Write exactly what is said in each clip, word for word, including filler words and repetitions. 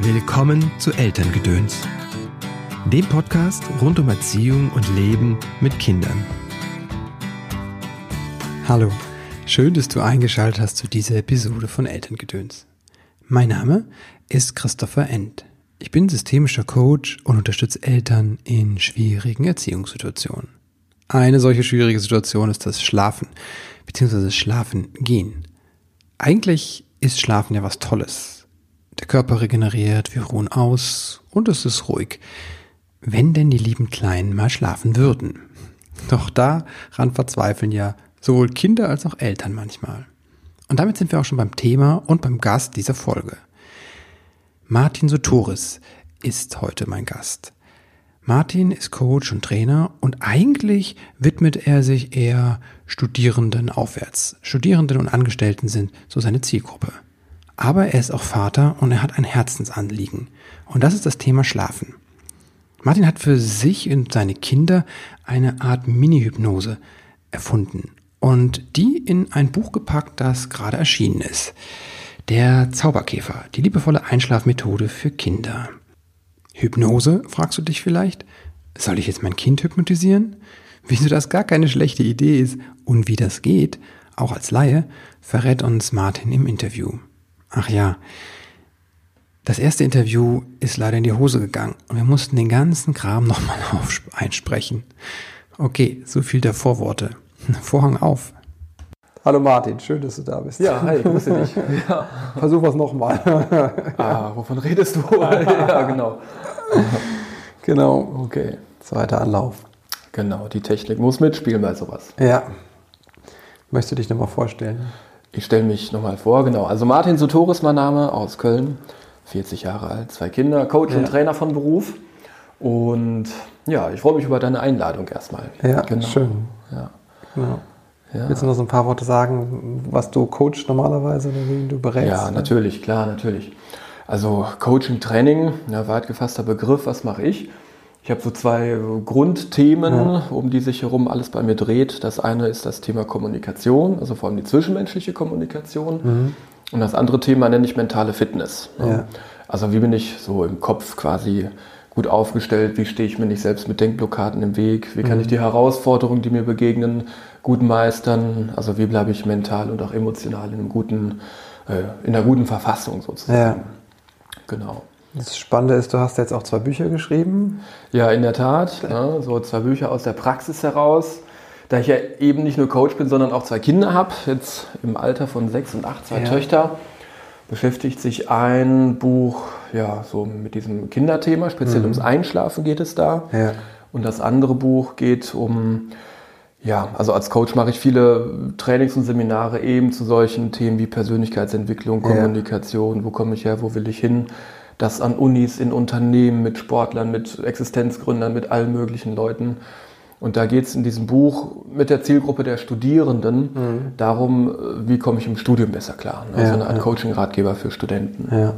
Willkommen zu Elterngedöns, dem Podcast rund um Erziehung und Leben mit Kindern. Hallo, schön, dass du eingeschaltet hast zu dieser Episode von Elterngedöns. Mein Name ist Christopher End. Ich bin systemischer Coach und unterstütze Eltern in schwierigen Erziehungssituationen. Eine solche schwierige Situation ist das Schlafen bzw. Schlafen gehen. Eigentlich ist Schlafen ja was Tolles. Der Körper regeneriert, wir ruhen aus und es ist ruhig. Wenn denn die lieben Kleinen mal schlafen würden. Doch daran verzweifeln ja sowohl Kinder als auch Eltern manchmal. Und damit sind wir auch schon beim Thema und beim Gast dieser Folge. Martin Sotoris ist heute mein Gast. Martin ist Coach und Trainer und eigentlich widmet er sich eher Studierenden aufwärts. Studierenden und Angestellten sind so seine Zielgruppe. Aber er ist auch Vater und er hat ein Herzensanliegen. Und das ist das Thema Schlafen. Martin hat für sich und seine Kinder eine Art Mini-Hypnose erfunden. Und die in ein Buch gepackt, das gerade erschienen ist. Der Zauberkäfer, die liebevolle Einschlafmethode für Kinder. Hypnose, fragst du dich vielleicht? Soll ich jetzt mein Kind hypnotisieren? Wieso das gar keine schlechte Idee ist und wie das geht, auch als Laie, verrät uns Martin im Interview. Ach ja, das erste Interview ist leider in die Hose gegangen und wir mussten den ganzen Kram nochmal einsprechen. Okay, so viel der Vorworte. Vorhang auf. Hallo Martin, schön, dass du da bist. Ja, hi, grüße dich. Ja. Versuch was nochmal. Ah, wovon redest du? Ja, genau. Genau, okay. Zweiter Anlauf. Genau, die Technik muss mitspielen bei sowas. Ja. Möchtest du dich nochmal vorstellen? Ich stelle mich nochmal vor, genau. Also Martin Sotoris, mein Name, aus Köln, vierzig Jahre alt, zwei Kinder, Coach ja. und Trainer von Beruf. Und ja, ich freue mich über deine Einladung erstmal. Ja, genau. Schön. Ja. Genau. Ja. Willst du noch so ein paar Worte sagen, was du coachst normalerweise oder wie du berätst? Ja, natürlich, klar, natürlich. Also Coaching, Training, ja, weit gefasster Begriff, was mache ich? Ich habe so zwei Grundthemen, ja. um die sich herum alles bei mir dreht. Das eine ist das Thema Kommunikation, also vor allem die zwischenmenschliche Kommunikation. Mhm. Und das andere Thema nenne ich mentale Fitness. Ja. Also wie bin ich so im Kopf quasi gut aufgestellt, wie stehe ich mir nicht selbst mit Denkblockaden im Weg, wie kann mhm. ich die Herausforderungen, die mir begegnen, gut meistern, also wie bleibe ich mental und auch emotional in, einem guten, äh, in einer guten Verfassung sozusagen. Ja. Genau. Das Spannende ist, du hast jetzt auch zwei Bücher geschrieben. Ja, in der Tat. Ja, so zwei Bücher aus der Praxis heraus. Da ich ja eben nicht nur Coach bin, sondern auch zwei Kinder habe, jetzt im Alter von sechs und acht, zwei ja. Töchter, beschäftigt sich ein Buch ja, so mit diesem Kinderthema, speziell mhm. ums Einschlafen geht es da. Ja. Und das andere Buch geht um, ja, also als Coach mache ich viele Trainings und Seminare eben zu solchen Themen wie Persönlichkeitsentwicklung, Kommunikation, ja. wo komme ich her, wo will ich hin. Das an Unis, in Unternehmen, mit Sportlern, mit Existenzgründern, mit allen möglichen Leuten. Und da geht es in diesem Buch mit der Zielgruppe der Studierenden mhm. darum, wie komme ich im Studium besser klar. Also ja, eine Art ja. Coaching-Ratgeber für Studenten. Ja.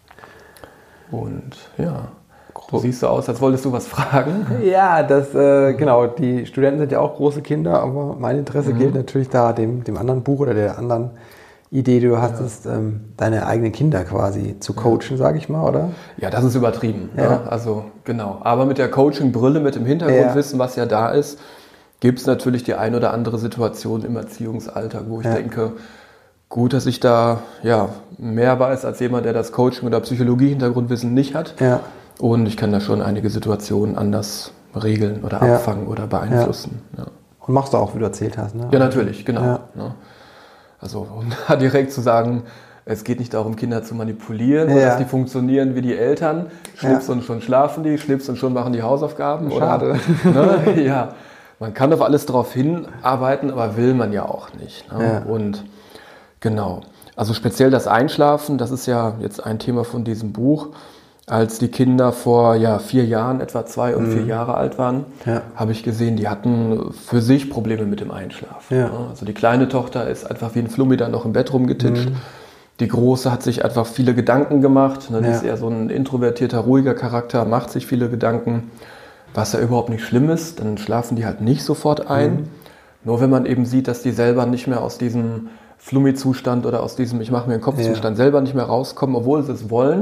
Und ja, du siehst so aus, als wolltest du was fragen. Ja, das, äh, genau, die Studenten sind ja auch große Kinder, aber mein Interesse mhm. gilt natürlich da dem, dem anderen Buch oder der anderen Idee, die du hast, ja. ist, ähm, deine eigenen Kinder quasi zu coachen, sage ich mal, oder? Ja, das ist übertrieben. Ja. Ne? Also genau. Aber mit der Coaching-Brille, mit dem Hintergrundwissen, ja. was ja da ist, gibt es natürlich die ein oder andere Situation im Erziehungsalltag, wo ich ja. denke, gut, dass ich da ja, mehr weiß als jemand, der das Coaching- oder Psychologie-Hintergrundwissen nicht hat. Ja. Und ich kann da schon einige Situationen anders regeln oder ja. abfangen oder beeinflussen. Ja. Ja. Und machst du auch, wie du erzählt hast, ne? Ja, natürlich, genau. Ja. Ne? Also um da direkt zu sagen, es geht nicht darum, Kinder zu manipulieren, ja. dass die funktionieren wie die Eltern. Schnips ja. und schon schlafen die, schnips und schon machen die Hausaufgaben. Schade. Oder, ne? Ja, man kann auf alles drauf hinarbeiten, aber will man ja auch nicht. Ne? Ja. Und genau, also speziell das Einschlafen, das ist ja jetzt ein Thema von diesem Buch. Als die Kinder vor ja, vier Jahren, etwa zwei und mhm. vier Jahre alt waren, ja. habe ich gesehen, die hatten für sich Probleme mit dem Einschlafen. Ja. Also die kleine Tochter ist einfach wie ein Flummi dann noch im Bett rumgetitscht. Mhm. Die Große hat sich einfach viele Gedanken gemacht. Die ja. ist eher so ein introvertierter, ruhiger Charakter, macht sich viele Gedanken, was ja überhaupt nicht schlimm ist. Dann schlafen die halt nicht sofort ein. Mhm. Nur wenn man eben sieht, dass die selber nicht mehr aus diesem Flummi-Zustand oder aus diesem Ich mache mir einen Kopf-Zustand ja. selber nicht mehr rauskommen, obwohl sie es wollen,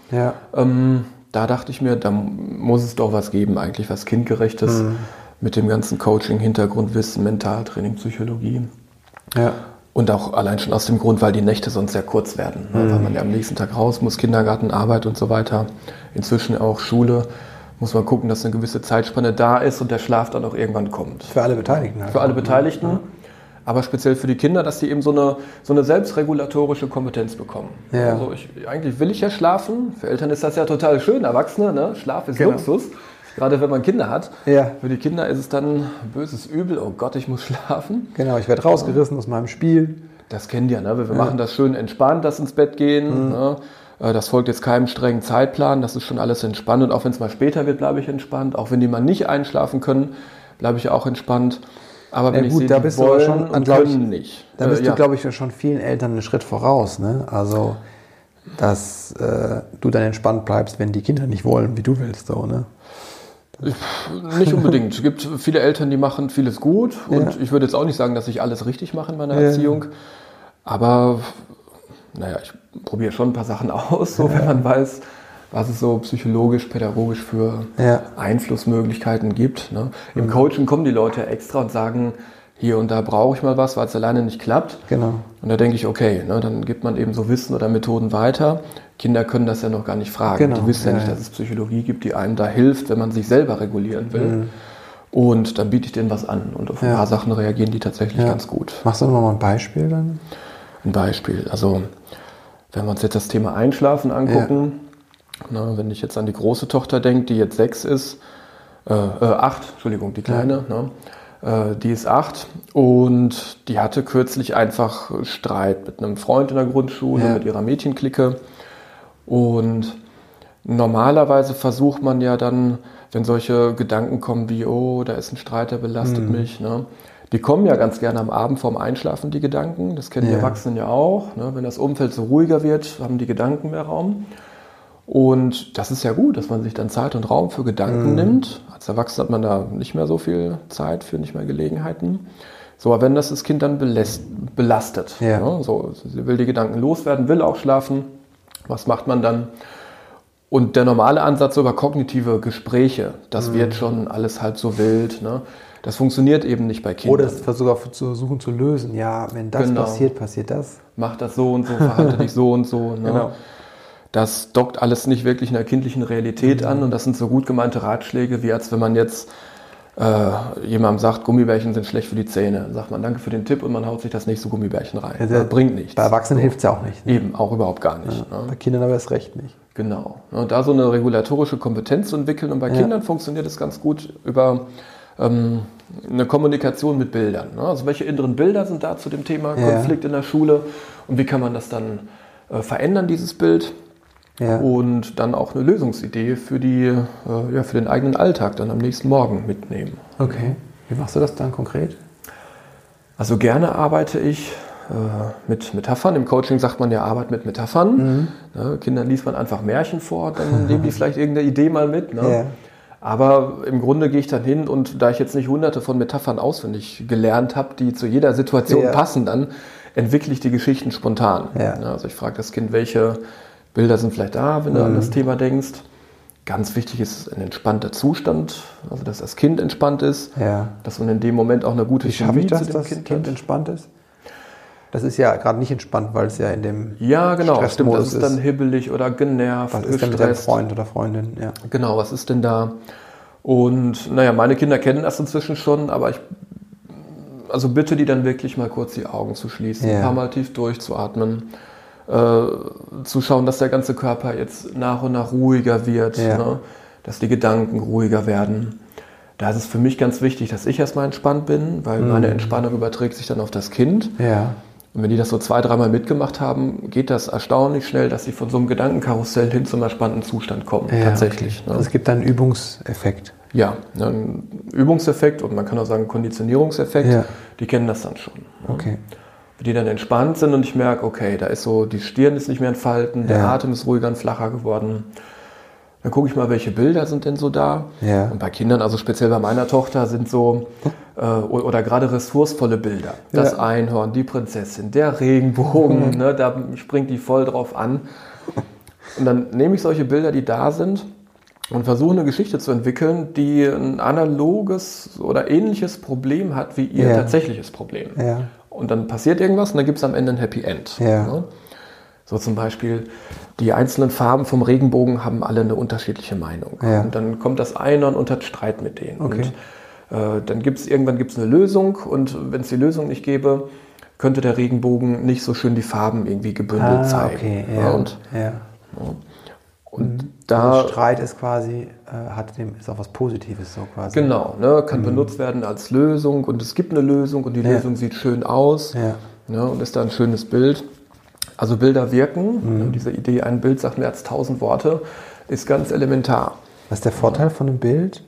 Ja. Ähm, da dachte ich mir, da muss es doch was geben, eigentlich was Kindgerechtes mhm. mit dem ganzen Coaching, Hintergrundwissen, Mentaltraining, Psychologie. Ja. Und auch allein schon aus dem Grund, weil die Nächte sonst sehr kurz werden. Mhm. Weil man ja am nächsten Tag raus muss, Kindergarten, Arbeit und so weiter. Inzwischen auch Schule. Muss man gucken, dass eine gewisse Zeitspanne da ist und der Schlaf dann auch irgendwann kommt. Für alle Beteiligten. Für alle Beteiligten. Ja. Aber speziell für die Kinder, dass die eben so eine, so eine selbstregulatorische Kompetenz bekommen. Ja. Also ich, eigentlich will ich ja schlafen. Für Eltern ist das ja total schön, Erwachsene. Ne? Schlaf ist genau. Luxus. Gerade wenn man Kinder hat. Ja. Für die Kinder ist es dann böses Übel. Oh Gott, ich muss schlafen. Genau, ich werde rausgerissen aus meinem Spiel. Das kennen die ja. Ne? Wir ja. machen das schön entspannt, das ins Bett gehen. Mhm. Ne? Das folgt jetzt keinem strengen Zeitplan. Das ist schon alles entspannt. Und auch wenn es mal später wird, bleibe ich entspannt. Auch wenn die mal nicht einschlafen können, bleibe ich auch entspannt. Aber wenn ja, gut, ich sehe, da bist die wollen du schon, und können ich, nicht. Da bist äh, ja. du, glaube ich, schon vielen Eltern einen Schritt voraus. Ne? Also, dass äh, du dann entspannt bleibst, wenn die Kinder nicht wollen, wie du willst. So, ne? Ich, nicht unbedingt. Es gibt viele Eltern, die machen vieles gut. Und ja. ich würde jetzt auch nicht sagen, dass ich alles richtig mache in meiner ja. Erziehung. Aber naja, ich probiere schon ein paar Sachen aus, so, ja. wenn man weiß, was es so psychologisch, pädagogisch für ja. Einflussmöglichkeiten gibt. Ne? Im mhm. Coaching kommen die Leute extra und sagen, hier und da brauche ich mal was, weil es alleine nicht klappt. Genau. Und da denke ich, okay, ne, dann gibt man eben so Wissen oder Methoden weiter. Kinder können das ja noch gar nicht fragen. Genau. Die wissen ja, ja nicht, dass es Psychologie gibt, die einem da hilft, wenn man sich selber regulieren will. Mhm. Und dann biete ich denen was an. Und auf ein ja. paar Sachen reagieren die tatsächlich ja. ganz gut. Machst du noch mal ein Beispiel dann? Ein Beispiel. Also, wenn wir uns jetzt das Thema Einschlafen angucken, ja. na, wenn ich jetzt an die große Tochter denke, die jetzt sechs ist, äh, äh, acht, Entschuldigung, die kleine, ja. ne, äh, die ist acht und die hatte kürzlich einfach Streit mit einem Freund in der Grundschule, ja. mit ihrer Mädchenklicke. Und normalerweise versucht man ja dann, wenn solche Gedanken kommen wie, oh, da ist ein Streit, der belastet mhm. mich, ne, die kommen ja ganz gerne am Abend vorm Einschlafen, die Gedanken. Das kennen ja. die Erwachsenen ja auch. Ne? Wenn das Umfeld so ruhiger wird, haben die Gedanken mehr Raum. Und das ist ja gut, dass man sich dann Zeit und Raum für Gedanken mhm. nimmt. Als Erwachsener hat man da nicht mehr so viel Zeit für, nicht mehr Gelegenheiten. So, aber wenn das das Kind dann beläst, belastet, ja. ne? So, sie will die Gedanken loswerden, will auch schlafen, was macht man dann? Und der normale Ansatz über kognitive Gespräche, das mhm. wird schon alles halb so wild, ne? Das funktioniert eben nicht bei Kindern. Oder es versuchen zu versuchen zu lösen. Ja, wenn das genau. passiert, passiert das. Mach das so und so, verhalte dich so und so. Ne? Genau. Das dockt alles nicht wirklich in der kindlichen Realität mhm. an. Und das sind so gut gemeinte Ratschläge, wie als wenn man jetzt äh, jemandem sagt, Gummibärchen sind schlecht für die Zähne. Dann sagt man, danke für den Tipp und man haut sich das nächste Gummibärchen rein. Ja, das bringt nichts. Bei Erwachsenen so. hilft es ja auch nicht. Ne? Eben, auch überhaupt gar nicht. Ja, ne? Bei Kindern aber erst recht nicht. Genau. Und da so eine regulatorische Kompetenz zu entwickeln. Und bei ja. Kindern funktioniert es ganz gut über ähm, eine Kommunikation mit Bildern. Ne? Also welche inneren Bilder sind da zu dem Thema ja. Konflikt in der Schule und wie kann man das dann äh, verändern, dieses Bild? Ja. Und dann auch eine Lösungsidee für, die, äh, ja, für den eigenen Alltag dann am nächsten Morgen mitnehmen. Okay. Wie machst du das dann konkret? Also gerne arbeite ich äh, mit Metaphern. Im Coaching sagt man ja, Arbeit mit Metaphern. Mhm. Ne? Kindern liest man einfach Märchen vor, dann nehmen die vielleicht irgendeine Idee mal mit. Ne? Ja. Aber im Grunde gehe ich dann hin und da ich jetzt nicht hunderte von Metaphern auswendig gelernt habe, die zu jeder Situation ja. passen, dann entwickle ich die Geschichten spontan. Ja. Also ich frage das Kind, welche Bilder sind vielleicht da, wenn du mhm. an das Thema denkst. Ganz wichtig ist ein entspannter Zustand, also dass das Kind entspannt ist, ja. dass man in dem Moment auch eine gute Chemie zu dem dass das Kind, kind entspannt ist. Das ist ja gerade nicht entspannt, weil es ja in dem ja genau stimmt, das ist, ist dann hibbelig oder genervt, was ist denn mit deinem Freund oder Freundin? Ja. Genau, was ist denn da? Und naja, meine Kinder kennen das inzwischen schon, aber ich also bitte die dann wirklich mal kurz die Augen zu schließen, ja. ein paar Mal tief durchzuatmen. Zu schauen, dass der ganze Körper jetzt nach und nach ruhiger wird, ja. ne? Dass die Gedanken ruhiger werden. Da ist es für mich ganz wichtig, dass ich erstmal entspannt bin, weil mhm. meine Entspannung überträgt sich dann auf das Kind. Ja. Und wenn die das so zwei, dreimal mitgemacht haben, geht das erstaunlich schnell, dass sie von so einem Gedankenkarussell hin zum entspannten Zustand kommen. Ja, tatsächlich. Okay. Ne? Es gibt dann einen Übungseffekt. Ja, einen Übungseffekt und man kann auch sagen Konditionierungseffekt. Ja. Die kennen das dann schon. Ne? Okay. Die dann entspannt sind und ich merke, okay, da ist so, die Stirn ist nicht mehr entfalten, der ja. Atem ist ruhiger und flacher geworden. Dann gucke ich mal, welche Bilder sind denn so da. Ja. Und bei Kindern, also speziell bei meiner Tochter, sind so, äh, oder, oder gerade ressourcevolle Bilder. Das ja. Einhorn, die Prinzessin, der Regenbogen, mhm. ne, da springt die voll drauf an. Und dann nehme ich solche Bilder, die da sind, und versuche eine Geschichte zu entwickeln, die ein analoges oder ähnliches Problem hat wie ihr Ja. tatsächliches Problem. Ja. Und dann passiert irgendwas und dann gibt es am Ende ein Happy End. Ja. Ne? So zum Beispiel, die einzelnen Farben vom Regenbogen haben alle eine unterschiedliche Meinung. Ja. Und dann kommt das Einhorn und hat Streit mit denen. Okay. Und äh, dann gibt es irgendwann gibt's eine Lösung und wenn es die Lösung nicht gäbe, könnte der Regenbogen nicht so schön die Farben irgendwie gebündelt Ah, zeigen. okay. Ja, Ja. und ja. und Der da, Streit ist quasi, äh, hat dem, ist auch was Positives so quasi. genau, ne, kann benutzt werden als Lösung und es gibt eine Lösung und die Ja. Lösung sieht schön aus, Ja. ne, und ist da ein schönes Bild. Also Bilder wirken, ne, diese Idee, ein Bild sagt mehr als tausend Worte, ist ganz elementar. Was ist der Vorteil von einem Bild?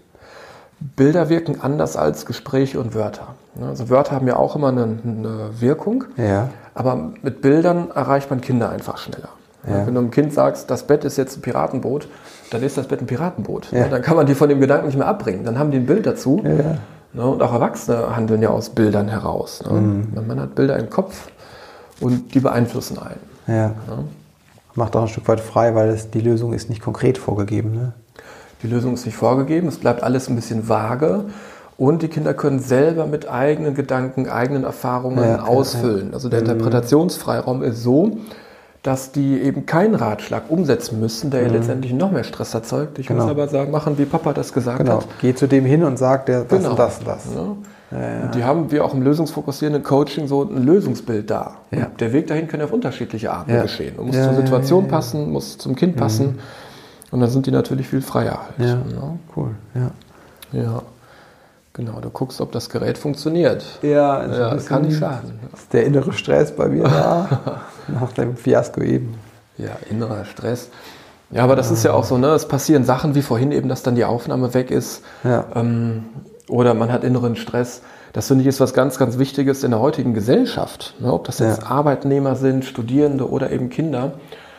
Bilder wirken anders als Gespräche und Wörter. Ne, also Wörter haben ja auch immer eine, eine Wirkung, Ja. aber mit Bildern erreicht man Kinder einfach schneller. Ja. Wenn du einem Kind sagst, das Bett ist jetzt ein Piratenboot, dann ist das Bett ein Piratenboot. Ja. Dann kann man die von dem Gedanken nicht mehr abbringen. Dann haben die ein Bild dazu. Ja. Ne, und auch Erwachsene handeln ja aus Bildern heraus. Ne? Mhm. Man hat Bilder im Kopf und die beeinflussen einen. Ja. Ne? Macht auch ein Stück weit frei, weil es, die Lösung ist nicht konkret vorgegeben. Ne? Die Lösung ist nicht vorgegeben, es bleibt alles ein bisschen vage. Und die Kinder können selber mit eigenen Gedanken, eigenen Erfahrungen Ja, ausfüllen. ja. Also der Interpretationsfreiraum ist so, dass die eben keinen Ratschlag umsetzen müssen, der ja letztendlich noch mehr Stress erzeugt. Ich Genau. muss aber sagen, machen, wie Papa das gesagt Genau. hat. Geh zu dem hin und sag der das Genau. und das und das. Ne? Ja, ja. Und die haben wir auch im lösungsfokussierenden Coaching so ein Lösungsbild da. Ja. Und der Weg dahin kann auf unterschiedliche Arten Ja. geschehen. Und muss Ja, zur ja, Situation ja, ja. passen, muss zum Kind passen. Und dann sind die natürlich viel freier halt. Ja. Ne? Cool. Ja. Ja, genau. Du guckst, ob das Gerät funktioniert. Ja, also Ja, ein bisschen kann nicht schaden. ist der innere Stress bei mir da. Nach dem Fiasko eben. Ja, innerer Stress. Ja, aber das ist ja auch so, ne? Es passieren Sachen wie vorhin eben, dass dann die Aufnahme weg ist. Ja. Ähm, oder man hat inneren Stress. Das finde ich ist was ganz, ganz Wichtiges in der heutigen Gesellschaft. Ne? Ob das jetzt Ja. Arbeitnehmer sind, Studierende oder eben Kinder.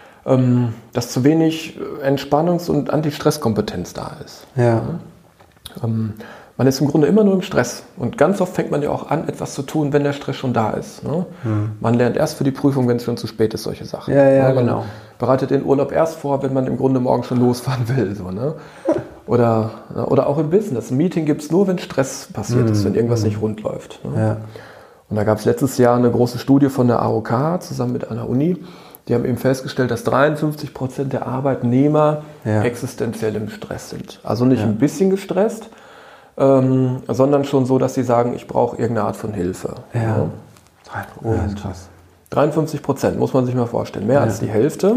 Ähm, dass zu wenig Entspannungs- und Anti-Stress-Kompetenz da ist. Ja. Ähm, man ist im Grunde immer nur im Stress. Und ganz oft fängt man ja auch an, etwas zu tun, wenn der Stress schon da ist. Ne? Man lernt erst für die Prüfung, wenn es schon zu spät ist, solche Sachen. Ja, ja, man genau. bereitet den Urlaub erst vor, wenn man im Grunde morgen schon losfahren will. So, ne? Oder, oder auch im Business. Ein Meeting gibt es nur, wenn Stress passiert ist, wenn irgendwas nicht rund läuft. Ne? Ja. Und da gab es letztes Jahr eine große Studie von der A O K zusammen mit einer Uni. Die haben eben festgestellt, dass dreiundfünfzig Prozent der Arbeitnehmer Ja. existenziell im Stress sind. Also nicht ein bisschen gestresst, ähm, sondern schon so, dass sie sagen, ich brauche irgendeine Art von Hilfe. Ja. Und Ja, ist krass. dreiundfünfzig Prozent, muss man sich mal vorstellen, mehr als die Hälfte.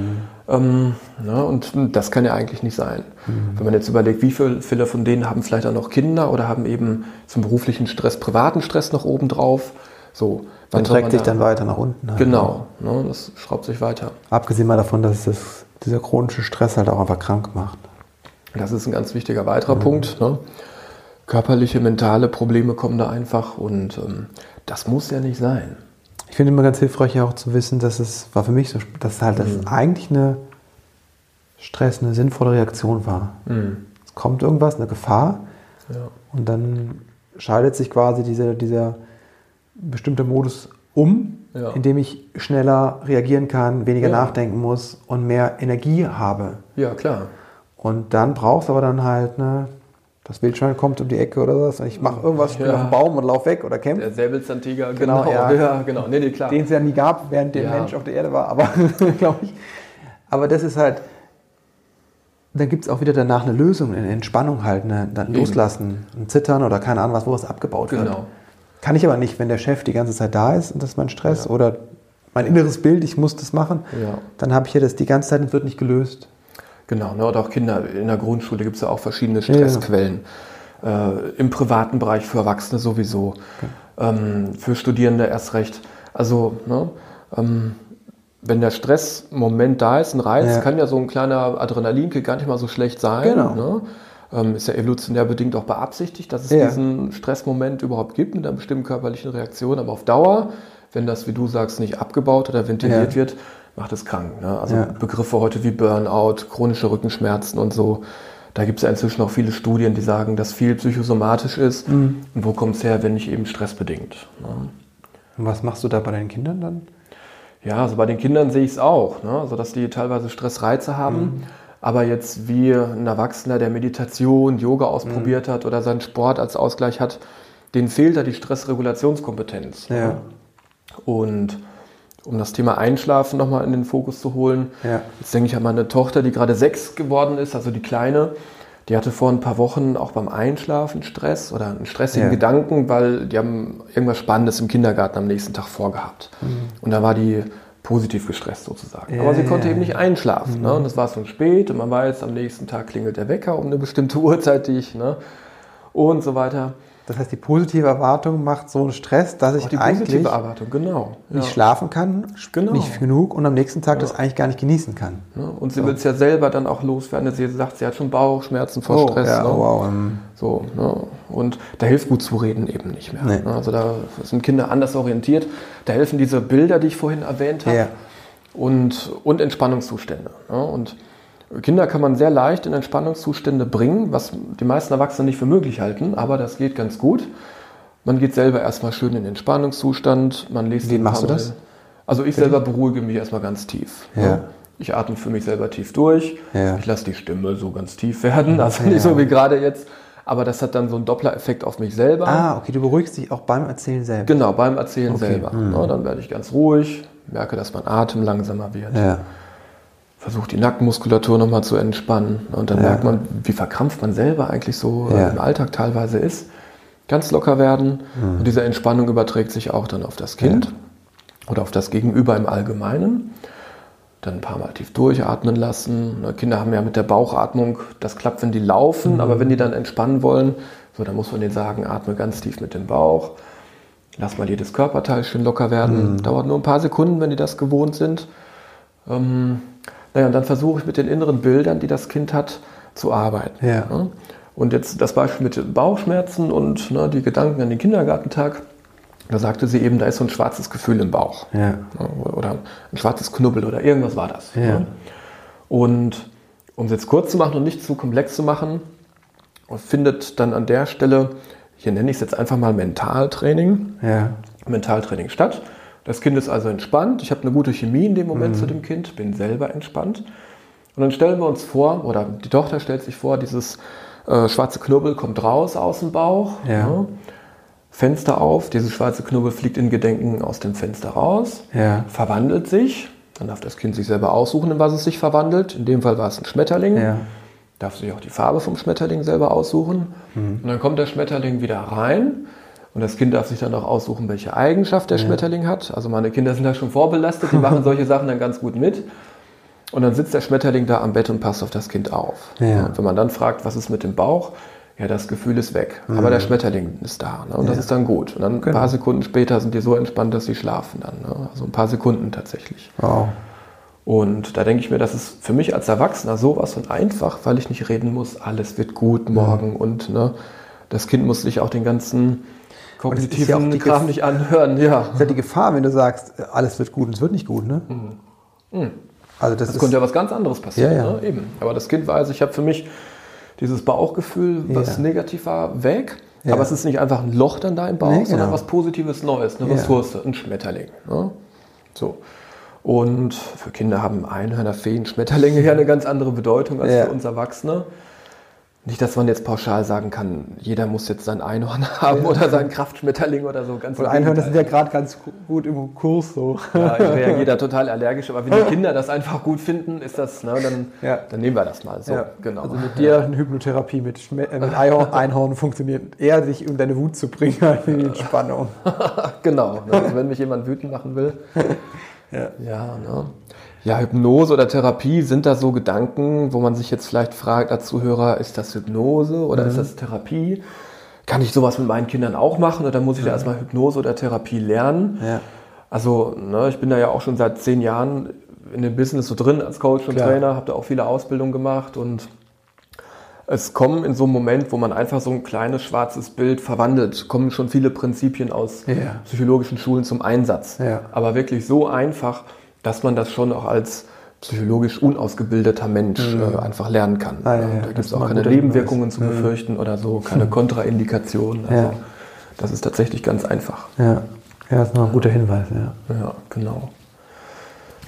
Ähm, ne, und das kann ja eigentlich nicht sein. Wenn man jetzt überlegt, wie viel- viele von denen haben vielleicht auch noch Kinder oder haben eben zum beruflichen Stress, privaten Stress noch obendrauf. So, Man wann soll trägt sich da- dann weiter nach unten. Halt. Genau, ne, das schraubt sich weiter. Abgesehen mal davon, dass das, dieser chronische Stress halt auch einfach krank macht. Das ist ein ganz wichtiger weiterer Punkt. Ne? Körperliche, mentale Probleme kommen da einfach und ähm, das muss ja nicht sein. Ich finde immer ganz hilfreich auch zu wissen, dass es, war für mich so, dass halt das eigentlich eine Stress, eine sinnvolle Reaktion war. Es kommt irgendwas, eine Gefahr Ja. und dann schaltet sich quasi dieser, dieser bestimmte Modus um, Ja. indem ich schneller reagieren kann, weniger Ja. nachdenken muss und mehr Energie habe. Ja, klar. Und dann brauchst du aber dann halt, ne, das Wildschwein kommt um die Ecke oder was, ich mache irgendwas, ich bin Ja. auf dem Baum und lauf weg oder kämpfe. Der Säbelzahntiger, Genau, genau. ja. Ja, genau. Nee, nee, klar. Den es ja nie gab, während der Ja. Mensch auf der Erde war, aber glaube ich. Aber das ist halt, dann gibt es auch wieder danach eine Lösung, eine Entspannung halt, eine, dann Eben. loslassen, ein Zittern oder keine Ahnung was, wo es abgebaut wird. Genau. Kann ich aber nicht, wenn der Chef die ganze Zeit da ist und das ist mein Stress Ja. oder mein inneres Bild, ich muss das machen, Ja. dann habe ich ja das die ganze Zeit und es wird nicht gelöst. Genau, ne? Und auch Kinder in der Grundschule gibt es ja auch verschiedene Stressquellen. Äh, Im privaten Bereich für Erwachsene sowieso, ähm, für Studierende erst recht. Also, ne? ähm, wenn der Stressmoment da ist, ein Reiz, Ja. kann ja so ein kleiner Adrenalinkick gar nicht mal so schlecht sein. Genau. Ne? Ähm, ist ja evolutionär bedingt auch beabsichtigt, dass es Ja. diesen Stressmoment überhaupt gibt mit einer bestimmten körperlichen Reaktion. Aber auf Dauer, wenn das, wie du sagst, nicht abgebaut oder ventiliert Ja. wird, macht es krank. Ne? Also Ja. Begriffe heute wie Burnout, chronische Rückenschmerzen und so. Da gibt es ja inzwischen auch viele Studien, die sagen, dass viel psychosomatisch ist. Mhm. Und wo kommt es her, wenn nicht eben stressbedingt? Ne? Und was machst du da bei deinen Kindern dann? Ja, also bei den Kindern sehe ich es auch, ne? Also dass die teilweise Stressreize haben. Mhm. Aber jetzt wie ein Erwachsener, der Meditation, Yoga ausprobiert mhm. hat oder seinen Sport als Ausgleich hat, denen fehlt da die Stressregulationskompetenz. Ja. Ne? Und um das Thema Einschlafen nochmal in den Fokus zu holen, ja. jetzt denke ich an meine Tochter, die gerade sechs geworden ist, also die Kleine, die hatte vor ein paar Wochen auch beim Einschlafen Stress oder einen stressigen ja. Gedanken, weil die haben irgendwas Spannendes im Kindergarten am nächsten Tag vorgehabt. Mhm. Und da war die positiv gestresst sozusagen. Ja, aber sie konnte ja. eben nicht einschlafen. Mhm. Ne? Und es war schon spät und man weiß, am nächsten Tag klingelt der Wecker um eine bestimmte Uhrzeit, die ich, ne? Und so weiter. Das heißt, die positive Erwartung macht so einen Stress, dass ich die eigentlich positive Erwartung, genau. nicht ja. schlafen kann, genau. nicht genug und am nächsten Tag ja. das eigentlich gar nicht genießen kann. Ja, und sie so. will es ja selber dann auch loswerden. Sie sagt, sie hat schon Bauchschmerzen vor oh, Stress. Ja, ne? wow. So, ne? Und da hilft gut zu reden eben nicht mehr. Nee. Ne? Also da sind Kinder anders orientiert. Da helfen diese Bilder, die ich vorhin erwähnt habe, ja. und, und Entspannungszustände. Ne? Und Kinder kann man sehr leicht in Entspannungszustände bringen, was die meisten Erwachsenen nicht für möglich halten, aber das geht ganz gut. Man geht selber erstmal schön in den Entspannungszustand. Man liest Wie machst du das? Also ich selber beruhige mich erstmal ganz tief. Ja. Ne? Ich atme für mich selber tief durch. Ja. Ich lasse die Stimme so ganz tief werden, also nicht ja. so wie gerade jetzt. Aber das hat dann so einen Doppler-Effekt auf mich selber. Ah, okay, du beruhigst dich auch beim Erzählen selber. Genau, beim Erzählen okay. selber. Mhm. Ne? Dann werde ich ganz ruhig, merke, dass mein Atem langsamer wird. Ja. Versuche die Nackenmuskulatur nochmal zu entspannen. Und dann ja. merkt man, wie verkrampft man selber eigentlich so ja. im Alltag teilweise ist. Ganz locker werden. Mhm. Und diese Entspannung überträgt sich auch dann auf das Kind ja. oder auf das Gegenüber im Allgemeinen. Dann ein paar Mal tief durchatmen lassen. Kinder haben ja mit der Bauchatmung, das klappt, wenn die laufen, mhm. aber wenn die dann entspannen wollen, so, dann muss man denen sagen, atme ganz tief mit dem Bauch. Lass mal jedes Körperteil schön locker werden. Mhm. Dauert nur ein paar Sekunden, wenn die das gewohnt sind. Ähm, naja, und dann versuche ich mit den inneren Bildern, die das Kind hat, zu arbeiten. Ja. Ne? Und jetzt das Beispiel mit Bauchschmerzen und ne, die Gedanken an den Kindergartentag. Da sagte sie eben, da ist so ein schwarzes Gefühl im Bauch. Ja. Oder ein schwarzes Knubbel oder irgendwas war das. Ja. Ne? Und um es jetzt kurz zu machen und nicht zu komplex zu machen, findet dann an der Stelle, hier nenne ich es jetzt einfach mal Mentaltraining, ja. Mentaltraining statt. Das Kind ist also entspannt. Ich habe eine gute Chemie in dem Moment mhm. zu dem Kind, bin selber entspannt. Und dann stellen wir uns vor, oder die Tochter stellt sich vor, dieses äh, schwarze Knubbel kommt raus aus dem Bauch. Ja. Ja. Fenster auf, dieses schwarze Knubbel fliegt in Gedenken aus dem Fenster raus, ja. verwandelt sich. Dann darf das Kind sich selber aussuchen, in was es sich verwandelt. In dem Fall war es ein Schmetterling. Ja. Darf sich auch die Farbe vom Schmetterling selber aussuchen. Mhm. Und dann kommt der Schmetterling wieder rein. Und das Kind darf sich dann auch aussuchen, welche Eigenschaft der ja. Schmetterling hat. Also meine Kinder sind da schon vorbelastet, die machen solche Sachen dann ganz gut mit. Und dann sitzt der Schmetterling da am Bett und passt auf das Kind auf. Ja. Und wenn man dann fragt, was ist mit dem Bauch? Ja, das Gefühl ist weg. Mhm. Aber der Schmetterling ist da. Ne? Und ja. das ist dann gut. Und dann genau. ein paar Sekunden später sind die so entspannt, dass sie schlafen dann. Ne? Also ein paar Sekunden tatsächlich. Wow. Und da denke ich mir, das ist für mich als Erwachsener sowas von einfach, weil ich nicht reden muss, alles wird gut morgen. Mhm. Und ne, das Kind muss sich auch den ganzen kognitiven ja Kram nicht anhören. Ja. Das ist ja die Gefahr, wenn du sagst, alles wird gut und es wird nicht gut. Ne? Mhm. Mhm. Also das das ist könnte ja was ganz anderes passieren. Ja, ja. Ne? Eben. Aber das Kind weiß, ich habe für mich dieses Bauchgefühl, was ja. negativ war, weg. Ja. Aber es ist nicht einfach ein Loch dann da im Bauch, nee, genau. sondern was Positives Neues, eine ja. Ressource, ein Schmetterling. Ne? So. Und für Kinder haben Einhörner, Feen, Schmetterlinge ja eine ganz andere Bedeutung als ja. für uns Erwachsene. Nicht, dass man jetzt pauschal sagen kann, jeder muss jetzt sein Einhorn haben ja. oder sein Kraftschmetterling oder so. Ganz und Einhörner sind ja gerade ganz gut im Kurs so. Ja, ich reagiere da total allergisch, aber wenn die Kinder das einfach gut finden, ist das, ne, dann, ja. dann nehmen wir das mal so. Ja. Genau. Also mit dir eine Hypnotherapie mit, Schme- äh, mit Einhorn funktioniert eher, dich um deine Wut zu bringen, als in die Entspannung. Genau, ne, also wenn mich jemand wütend machen will. Ja, ja, ne? Ja, Hypnose oder Therapie, sind da so Gedanken, wo man sich jetzt vielleicht fragt als Zuhörer, ist das Hypnose oder mhm. ist das Therapie? Kann ich sowas mit meinen Kindern auch machen oder muss ich mhm. da erstmal Hypnose oder Therapie lernen? Ja. Also ne, ich bin da ja auch schon seit zehn Jahren in dem Business so drin als Coach und Klar. Trainer, habe da auch viele Ausbildungen gemacht und es kommen in so einem Moment, wo man einfach so ein kleines schwarzes Bild verwandelt, kommen schon viele Prinzipien aus ja. psychologischen Schulen zum Einsatz. Ja. Aber wirklich so einfach, dass man das schon auch als psychologisch unausgebildeter Mensch mhm. äh, einfach lernen kann. Ah, ja, da ja, gibt es auch keine Nebenwirkungen zu befürchten mhm. oder so, keine Kontraindikationen. Also ja. das ist tatsächlich ganz einfach. Ja, ja, das ist noch ein guter Hinweis. Ja, ja genau.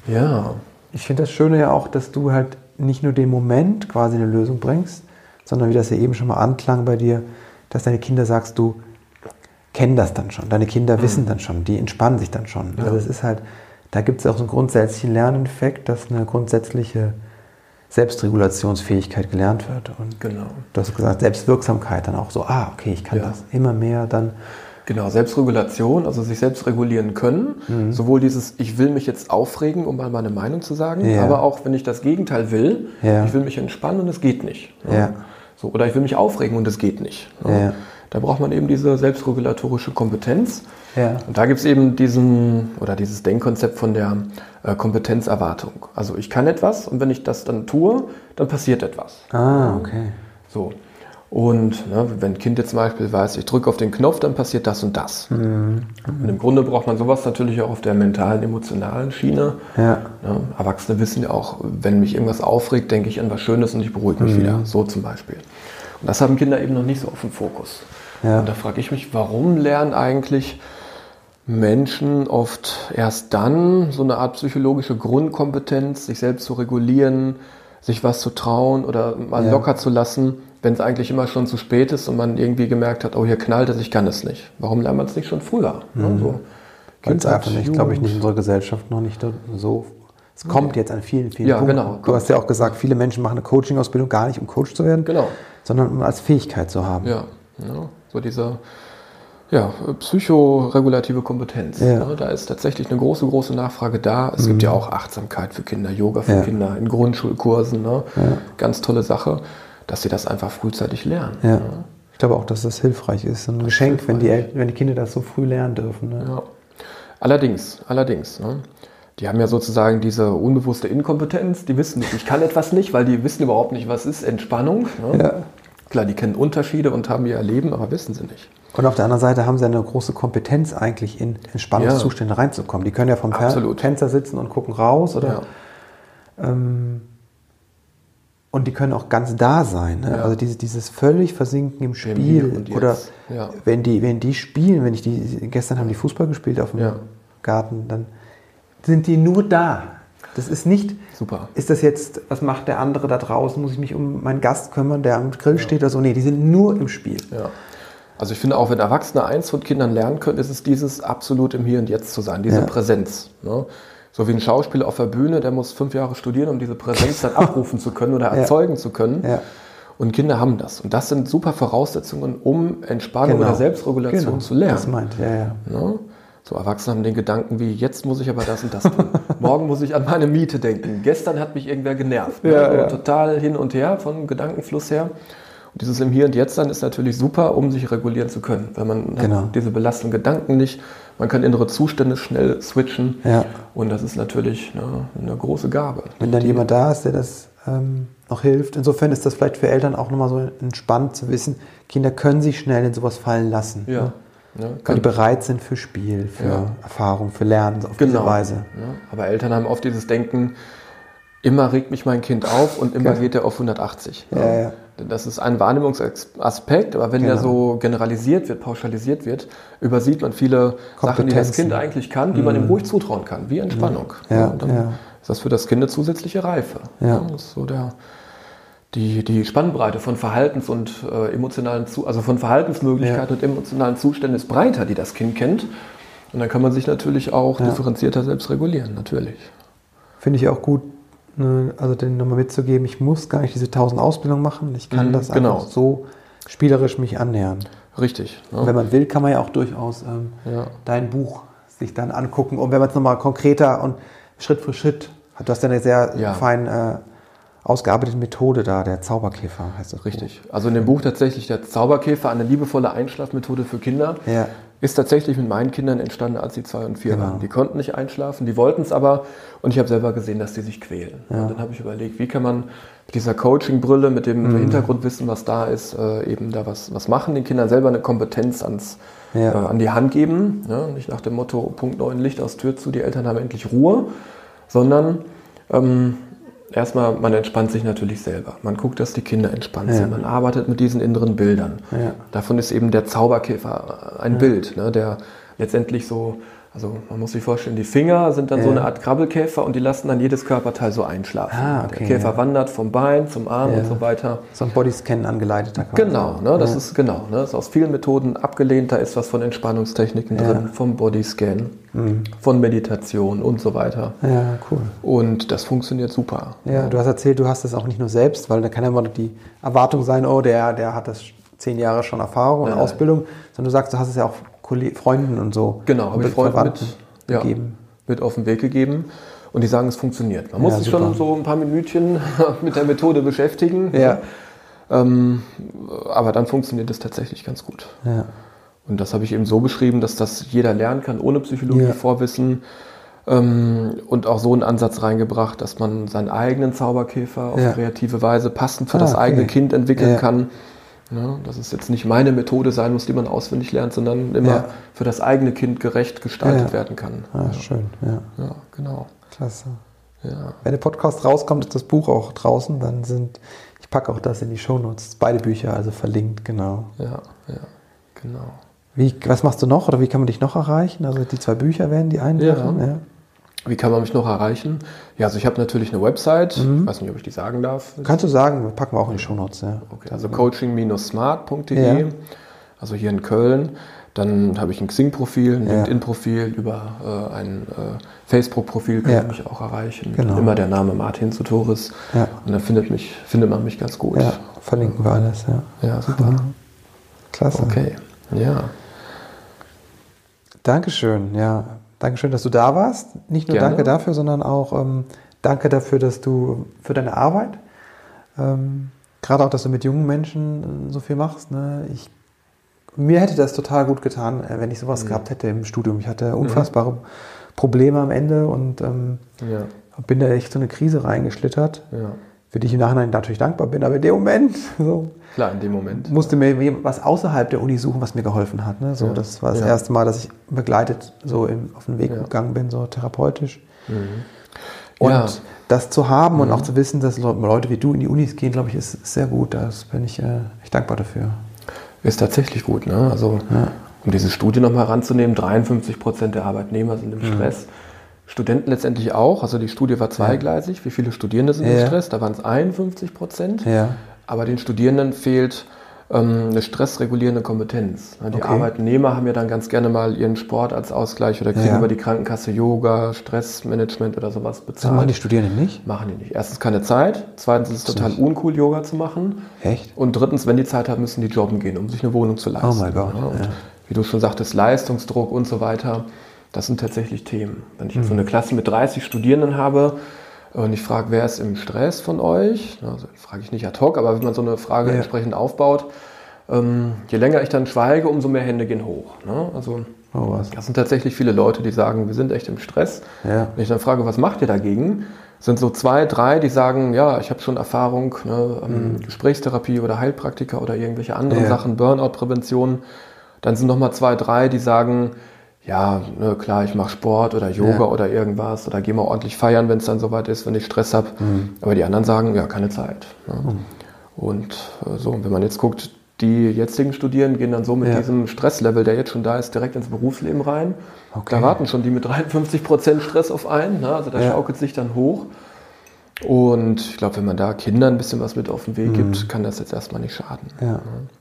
Ja. Ich finde das Schöne ja auch, dass du halt nicht nur den Moment quasi eine Lösung bringst, sondern wie das ja eben schon mal anklang bei dir, dass deine Kinder sagst, du kennen das dann schon, deine Kinder mhm. wissen dann schon, die entspannen sich dann schon. Ja. Also es ist halt, da gibt es auch so einen grundsätzlichen Lerneffekt, dass eine grundsätzliche Selbstregulationsfähigkeit gelernt wird. Und genau. Du hast gesagt, Selbstwirksamkeit dann auch so, ah, okay, ich kann ja. das immer mehr dann. Genau, Selbstregulation, also sich selbst regulieren können. Mhm. Sowohl dieses, ich will mich jetzt aufregen, um mal meine Meinung zu sagen, ja. aber auch, wenn ich das Gegenteil will, ja. ich will mich entspannen und es geht nicht. Ja. Ja. So, oder ich will mich aufregen und es geht nicht. Ja. Da braucht man eben diese selbstregulatorische Kompetenz. Ja. Und da gibt es eben diesen, oder dieses Denkkonzept von der äh, Kompetenzerwartung. Also ich kann etwas und wenn ich das dann tue, dann passiert etwas. Ah, okay. So. Und ne, wenn ein Kind jetzt zum Beispiel weiß, ich drücke auf den Knopf, dann passiert das und das. Mhm. Und im Grunde braucht man sowas natürlich auch auf der mentalen, emotionalen Schiene. Ja. Ne, Erwachsene wissen ja auch, wenn mich irgendwas aufregt, denke ich an was Schönes und ich beruhige mich mhm. wieder. So zum Beispiel. Und das haben Kinder eben noch nicht so auf dem Fokus. Ja. Und da frage ich mich, warum lernen eigentlich Menschen oft erst dann so eine Art psychologische Grundkompetenz, sich selbst zu regulieren, sich was zu trauen oder mal ja. locker zu lassen, wenn es eigentlich immer schon zu spät ist und man irgendwie gemerkt hat, oh, hier knallt es, ich kann es nicht. Warum lernt man es nicht schon früher? Mhm. So, Weil es einfach nicht, glaube ich, nicht in unserer Gesellschaft noch nicht so. Es kommt okay. jetzt an vielen, vielen ja, Punkten. Genau, du hast ja auch gesagt, viele Menschen machen eine Coaching-Ausbildung gar nicht, um Coach zu werden, genau. sondern um als Fähigkeit zu haben. Ja, ja so diese ja, psychoregulative Kompetenz. Ja. Ja, da ist tatsächlich eine große, große Nachfrage da. Es mhm. gibt ja auch Achtsamkeit für Kinder, Yoga für ja. Kinder in Grundschulkursen. Ne? Ja. Ganz tolle Sache, dass sie das einfach frühzeitig lernen. Ja. Ja. Ich glaube auch, dass das hilfreich ist. Ein das Geschenk, ist wenn, die El- wenn die Kinder das so früh lernen dürfen. Ne? Ja. Allerdings, allerdings. Ne? Die haben ja sozusagen diese unbewusste Inkompetenz. Die wissen nicht, ich kann etwas nicht, weil die wissen überhaupt nicht, was ist Entspannung. Ne? Ja. Klar, die kennen Unterschiede und haben ihr Leben, aber wissen sie nicht. Und auf der anderen Seite haben sie eine große Kompetenz eigentlich in Entspannungszustände ja. reinzukommen. Die können ja vom Absolut. Fenster sitzen und gucken raus. Oder, ja. ähm, und die können auch ganz da sein. Ne? Ja. Also dieses, dieses völlig Versinken im Spiel. Oder ja. wenn, die, wenn die spielen, wenn ich die, gestern haben die Fußball gespielt auf dem ja. Garten, dann sind die nur da. Das ist nicht, super. Ist das jetzt, was macht der andere da draußen? Muss ich mich um meinen Gast kümmern, der am Grill ja. steht oder so? Nee, die sind nur im Spiel. Ja. Also ich finde auch, wenn Erwachsene eins von Kindern lernen können, ist es dieses absolut im Hier und Jetzt zu sein, diese ja. Präsenz. Ne? So wie ein Schauspieler auf der Bühne, der muss fünf Jahre studieren, um diese Präsenz dann abrufen zu können oder erzeugen ja. zu können. Ja. Und Kinder haben das. Und das sind super Voraussetzungen, um Entspannung genau. oder Selbstregulation genau. zu lernen. Das meint, ja, ja. Ne? So Erwachsene haben den Gedanken wie, jetzt muss ich aber das und das tun. Morgen muss ich an meine Miete denken. Gestern hat mich irgendwer genervt. Ne? Ja, ja. Total hin und her, vom Gedankenfluss her. Und dieses im Hier und Jetzt sein ist natürlich super, um sich regulieren zu können. Weil man genau. hat diese belastenden Gedanken nicht. Man kann innere Zustände schnell switchen. Ja. Und das ist natürlich eine, eine große Gabe. Wenn dann jemand da ist, der das ähm, noch hilft. Insofern ist das vielleicht für Eltern auch nochmal so entspannt zu wissen, Kinder können sich schnell in sowas fallen lassen. Ja. Ne? Ja, weil die bereit sind für Spiel, für ja. Erfahrung, für Lernen auf genau. diese Weise. Ja, aber Eltern haben oft dieses Denken, immer regt mich mein Kind auf und immer genau. geht er auf hundertachtzig. Ja, ja. Das ist ein Wahrnehmungsaspekt, aber wenn genau. der so generalisiert wird, pauschalisiert wird, übersieht man viele Sachen, die das Kind eigentlich kann, die mm. man ihm ruhig zutrauen kann, wie Entspannung. Ja, ja, und dann ja. ist das für das Kind eine zusätzliche Reife. Ja. Ja, das ist so der... Die, die Spannbreite von Verhaltens- und äh, emotionalen, Zu- also von Verhaltensmöglichkeiten ja. und emotionalen Zuständen ist breiter, die das Kind kennt. Und dann kann man sich natürlich auch ja. differenzierter selbst regulieren, natürlich. Finde ich auch gut, ne, also den nochmal mitzugeben, ich muss gar nicht diese tausend Ausbildungen machen, ich kann mhm, das genau. einfach so spielerisch mich annähern. Richtig. Ja. Und wenn man will, kann man ja auch durchaus ähm, ja. dein Buch sich dann angucken. Und wenn man es nochmal konkreter und Schritt für Schritt, du hast ja eine sehr ja. fein äh, ausgearbeitete Methode da, der Zauberkäfer heißt das. Richtig. Buch. Also in dem Buch tatsächlich der Zauberkäfer, eine liebevolle Einschlafmethode für Kinder, ja. ist tatsächlich mit meinen Kindern entstanden, als sie zwei und vier genau. waren. Die konnten nicht einschlafen, die wollten es aber und ich habe selber gesehen, dass die sich quälen. Ja. Und dann habe ich überlegt, wie kann man mit dieser Coaching-Brille, mit dem mhm. Hintergrundwissen, was da ist, äh, eben da was, was machen, den Kindern selber eine Kompetenz ans, ja. äh, an die Hand geben. Ja? Nicht nach dem Motto, Punkt neun, Licht aus, Tür zu, die Eltern haben endlich Ruhe, sondern ähm, erstmal, man entspannt sich natürlich selber. Man guckt, dass die Kinder entspannt ja. sind. Man arbeitet mit diesen inneren Bildern. Ja. Davon ist eben der Zauberkäfer ein ja. Bild, ne, der letztendlich so Also man muss sich vorstellen, die Finger sind dann Ja. so eine Art Krabbelkäfer und die lassen dann jedes Körperteil so einschlafen. Ah, okay, Der Käfer ja. wandert vom Bein zum Arm Ja. und so weiter. So ein Bodyscan angeleiteter quasi. Genau, ne, das ja. ist genau, ne, das ist aus vielen Methoden abgelehnt. Da ist was von Entspannungstechniken Ja. drin, vom Bodyscan, Mhm. von Meditation und so weiter. Ja, cool. Und das funktioniert super. Ja, du hast erzählt, du hast das auch nicht nur selbst, weil da kann ja immer die Erwartung sein, oh, der, der hat das zehn Jahre schon Erfahrung und Nein, Ausbildung, sondern du sagst, du hast es ja auch Kolle- Freunden und so. Genau, habe ich Freunden mit, ja, gegeben. mit auf den Weg gegeben und die sagen, es funktioniert. Man muss Ja, sich super. schon so ein paar Minütchen mit der Methode beschäftigen. Ja. Ähm, aber dann funktioniert es tatsächlich ganz gut. Ja. Und das habe ich eben so beschrieben, dass das jeder lernen kann, ohne Psychologie, Ja. Vorwissen. Ähm, und auch so einen Ansatz reingebracht, dass man seinen eigenen Zauberkäfer auf Ja. kreative Weise passend für Ah, das okay. eigene Kind entwickeln Ja. kann. Ja, dass es jetzt nicht meine Methode sein muss, die man auswendig lernt, sondern immer Ja. für das eigene Kind gerecht gestaltet Ja. werden kann. Ah, ja. schön, ja. ja, genau. Klasse. Ja. Wenn der Podcast rauskommt, ist das Buch auch draußen, dann sind, ich packe auch das in die Shownotes, beide Bücher, also verlinkt, genau. Ja, ja, genau. Wie, was machst du noch oder wie kann man dich noch erreichen? Also die zwei Bücher werden die einen Ja. Sachen, ja. Wie kann man mich noch erreichen? Ja, also ich habe natürlich eine Website, Mhm. ich weiß nicht, ob ich die sagen darf. Kannst du sagen, packen wir auch in die Shownotes, ja. Okay, also coaching Bindestrich smart Punkt de, Ja. also hier in Köln. Dann habe ich ein Xing-Profil, ein Ja. LinkedIn-Profil, über äh, ein äh, Facebook-Profil kann Ja. man mich auch erreichen. Genau. Immer der Name Martin Sutoris. Ja. Und dann findet, mich, findet man mich ganz gut. Ja, verlinken wir alles, ja. Ja, super. Mhm. Klasse. Okay, ja. Dankeschön, ja. Dankeschön, dass du da warst. Nicht nur Gerne. danke dafür, sondern auch ähm, danke dafür, dass du für deine Arbeit, ähm, gerade auch, dass du mit jungen Menschen äh, so viel machst. Ne? Ich, mir hätte das total gut getan, äh, wenn ich sowas Mhm. gehabt hätte im Studium. Ich hatte unfassbare Probleme am Ende und ähm, Ja, bin da echt so eine Krise reingeschlittert, ja. für die ich im Nachhinein natürlich dankbar bin. Aber in dem Moment so, Klar, in dem Moment. musste mir was außerhalb der Uni suchen, was mir geholfen hat. Ne? So, Ja. das war das Ja. erste Mal, dass ich begleitet so im, auf den Weg Ja. gegangen bin, so therapeutisch. Mhm. Und Ja. das zu haben und Mhm. auch zu wissen, dass Le- Leute wie du in die Unis gehen, glaube ich, ist, ist sehr gut. Da bin ich äh, echt dankbar dafür. Ist tatsächlich gut, ne? Also, Ja. um diese Studie nochmal heranzunehmen, dreiundfünfzig Prozent der Arbeitnehmer sind im Mhm. Stress. Studenten letztendlich auch. Also die Studie war zweigleisig. Wie viele Studierende sind Ja. im Stress? Da waren es einundfünfzig Prozent. Ja. Aber den Studierenden fehlt ähm, eine stressregulierende Kompetenz. Die Okay. Arbeitnehmer haben ja dann ganz gerne mal ihren Sport als Ausgleich oder kriegen Ja. über die Krankenkasse Yoga, Stressmanagement oder sowas Das bezahlt. machen die Studierenden nicht? Machen die nicht. Erstens keine Zeit. Zweitens ist es total uncool, Yoga zu machen. Echt? Und drittens, wenn die Zeit haben, müssen die jobben gehen, um sich eine Wohnung zu leisten. Oh mein Gott, Ja, und ja. wie du schon sagtest, Leistungsdruck und so weiter, das sind tatsächlich Themen. Wenn ich jetzt so eine Klasse mit dreißig Studierenden habe und ich frage, wer ist im Stress von euch? Also frage ich nicht ad hoc, aber wenn man so eine Frage Ja. entsprechend aufbaut, ähm, je länger ich dann schweige, umso mehr Hände gehen hoch. Ne? Also Oh, was? das sind tatsächlich viele Leute, die sagen, wir sind echt im Stress. Ja. Wenn ich dann frage, was macht ihr dagegen? Sind so zwei, drei, die sagen, ja, ich habe schon Erfahrung, ne, ähm, Gesprächstherapie oder Heilpraktiker oder irgendwelche anderen Ja. Sachen, Burnout-Prävention. Dann sind nochmal zwei, drei, die sagen, ja, ne, klar, ich mache Sport oder Yoga Ja. oder irgendwas oder gehe mal ordentlich feiern, wenn es dann soweit ist, wenn ich Stress habe. Aber die anderen sagen, ja, keine Zeit. Ne? Und äh, so, und wenn man jetzt guckt, die jetzigen Studierenden gehen dann so mit Ja. diesem Stresslevel, der jetzt schon da ist, direkt ins Berufsleben rein. Okay. Da warten schon die mit dreiundfünfzig Prozent Stress auf einen. Ne? Also da Ja. schaukelt sich dann hoch. Und ich glaube, wenn man da Kindern ein bisschen was mit auf den Weg gibt, kann das jetzt erstmal nicht schaden. Ja.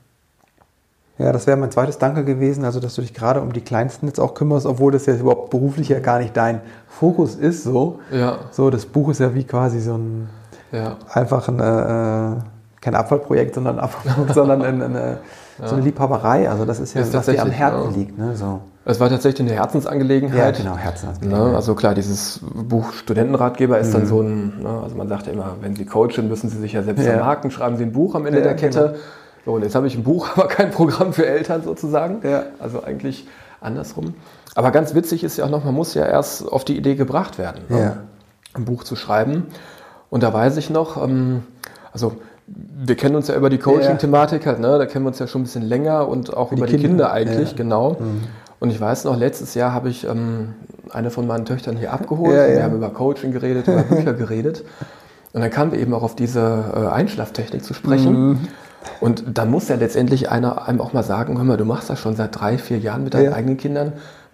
Ja, das wäre mein zweites Danke gewesen, also dass du dich gerade um die Kleinsten jetzt auch kümmerst, obwohl das ja überhaupt beruflich ja gar nicht dein Fokus ist. So, Ja, so das Buch ist ja wie quasi so ein ja, einfach ein, äh, kein Abfallprojekt, sondern, Abfall, sondern eine, eine, so eine Liebhaberei. Also das ist ja, Ist was dir am tatsächlich, Herzen ja. liegt. Ne? So. es war tatsächlich eine Herzensangelegenheit. Ja, genau, Herzen. Ne, also klar, dieses Buch Studentenratgeber ist dann so ein, ne, also man sagt ja immer, wenn Sie Coach sind, müssen Sie sich ja selbst Ja. vermarkten, schreiben Sie ein Buch am Ende Ja, der Kette. genau. So, und jetzt habe ich ein Buch, aber kein Programm für Eltern sozusagen. Ja. Also eigentlich andersrum. Aber ganz witzig ist ja auch noch, man muss ja erst auf die Idee gebracht werden, ne, Ja. ein Buch zu schreiben. Und da weiß ich noch, ähm, also wir kennen uns ja über die Coaching-Thematik halt, ne? Da kennen wir uns ja schon ein bisschen länger und auch die über die Kinder. Kinder eigentlich, Ja. genau. Und ich weiß noch, letztes Jahr habe ich ähm, eine von meinen Töchtern hier abgeholt. Ja, und wir ja. haben über Coaching geredet, über Bücher geredet. Und dann kamen wir eben auch auf diese äh, Einschlaftechnik zu sprechen. Mhm. Und dann muss ja letztendlich einer einem auch mal sagen, hör mal, du machst das schon seit drei, vier Jahren mit deinen Ja. eigenen Kindern.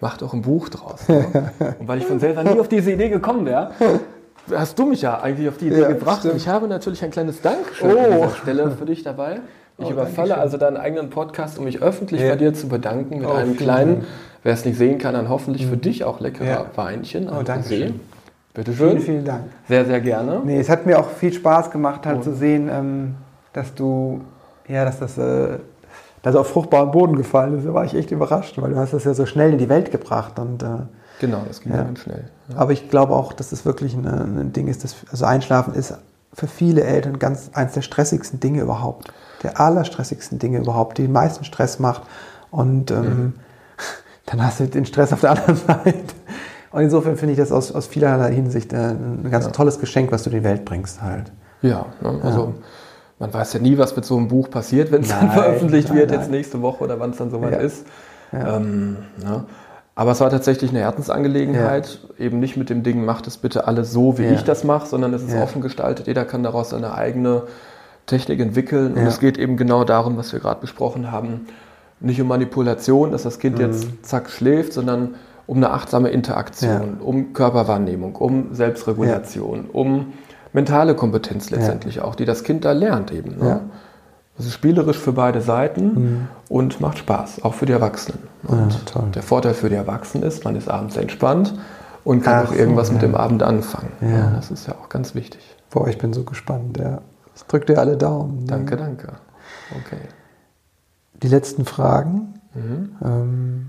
mach doch ein Buch draus. Ne? Und weil ich von selber nie auf diese Idee gekommen wäre, hast du mich ja eigentlich auf die Idee ja, gebracht. Stimmt. Und ich habe natürlich ein kleines Dankeschön oh. an dieser Stelle für dich dabei. Ich oh, überfalle also deinen eigenen Podcast, um mich öffentlich ja. bei dir zu bedanken mit oh, einem kleinen, Dank. Wer es nicht sehen kann, dann hoffentlich mhm. für dich auch leckerer ja. Weinchen. Oh, danke schön. Bitte schön. Vielen, vielen Dank. Sehr, sehr gerne. Nee, es hat mir auch viel Spaß gemacht, halt oh. zu sehen, ähm, dass du, ja, dass das, äh, dass auf fruchtbaren Boden gefallen ist. Da war ich echt überrascht, weil du hast das ja so schnell in die Welt gebracht. Und, äh, genau, das ging ja. ganz schnell. Ja. Aber ich glaube auch, dass das wirklich ein, ein Ding ist, dass, also Einschlafen ist für viele Eltern ganz eines der stressigsten Dinge überhaupt. Der allerstressigsten Dinge überhaupt, die den meisten Stress macht. Und ähm, mhm. dann hast du den Stress auf der anderen Seite. Und insofern finde ich das aus, aus vielerlei Hinsicht ein ganz ja. tolles Geschenk, was du in die Welt bringst halt. Ja, ne? also ja. man weiß ja nie, was mit so einem Buch passiert, wenn es dann veröffentlicht nein, wird, nein. jetzt nächste Woche oder wann es dann soweit ja. ist. Ja. Ähm, ne? Aber es war tatsächlich eine Herzensangelegenheit, ja. eben nicht mit dem Ding, macht es bitte alles so, wie ja. ich das mache, sondern es ist ja. offen gestaltet, jeder kann daraus seine eigene Technik entwickeln. Und ja. es geht eben genau darum, was wir gerade besprochen haben, nicht um Manipulation, dass das Kind mhm. jetzt zack schläft, sondern um eine achtsame Interaktion, ja. um Körperwahrnehmung, um Selbstregulation, ja. um mentale Kompetenz letztendlich ja. auch, die das Kind da lernt eben. Ne? Ja. Das ist spielerisch für beide Seiten mhm. und macht Spaß, auch für die Erwachsenen. Und ja, toll. Der Vorteil für die Erwachsenen ist, man ist abends entspannt und kann Ach auch irgendwas so, ja. mit dem Abend anfangen. Ja. Ja, das ist ja auch ganz wichtig. Boah, ich bin so gespannt. Ja. Ich drücke dir alle Daumen. Danke, danke. Okay. Die letzten Fragen. Mhm. Ähm,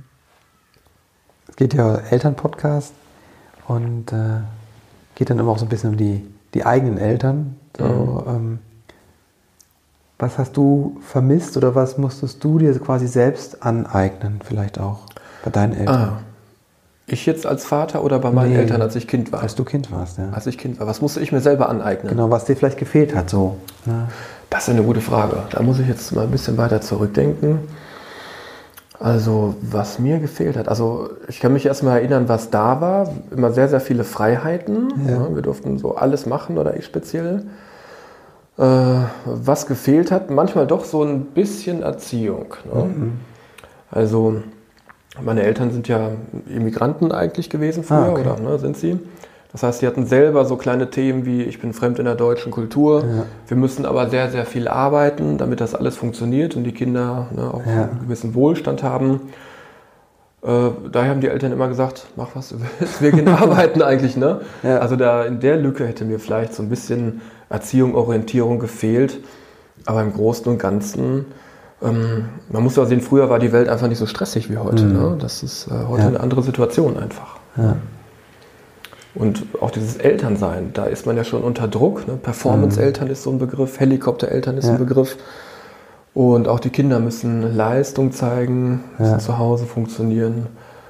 es geht ja Elternpodcast und äh, geht dann immer auch so ein bisschen um die, die eigenen Eltern. So, mhm. ähm, was hast du vermisst oder was musstest du dir quasi selbst aneignen, vielleicht auch bei deinen Eltern? Ah, ich jetzt als Vater oder bei meinen nee, Eltern, als ich Kind war? Als du Kind warst, ja. Als ich Kind war. Was musste ich mir selber aneignen? Genau, was dir vielleicht gefehlt hat, so. Ja. Das ist eine gute Frage. Da muss ich jetzt mal ein bisschen weiter zurückdenken. Also, was mir gefehlt hat. Also, ich kann mich erstmal erinnern, was da war. Immer sehr, sehr viele Freiheiten. Ja. Ja, wir durften so alles machen oder ich speziell. Äh, was gefehlt hat, manchmal doch so ein bisschen Erziehung. Ne? Mhm. Also, meine Eltern sind ja Immigranten eigentlich gewesen früher, ah, okay. oder ne, sind sie. Das heißt, sie hatten selber so kleine Themen wie, ich bin fremd in der deutschen Kultur. Ja. Wir müssen aber sehr, sehr viel arbeiten, damit das alles funktioniert und die Kinder ne, auch ja. einen gewissen Wohlstand haben. Äh, daher haben die Eltern immer gesagt, mach was du willst, wir gehen arbeiten eigentlich. Ne? Ja. Also da in der Lücke hätte mir vielleicht so ein bisschen Erziehung, Orientierung gefehlt. Aber im Großen und Ganzen, ähm, man muss ja sehen, früher war die Welt einfach nicht so stressig wie heute. Mhm. Ne? Das ist äh, heute ja. eine andere Situation einfach. Ja. Und auch dieses Elternsein, da ist man ja schon unter Druck. Ne? Performance-Eltern ist so ein Begriff, Helikopter-Eltern ist ja. ein Begriff. Und auch die Kinder müssen Leistung zeigen, müssen ja. zu Hause funktionieren.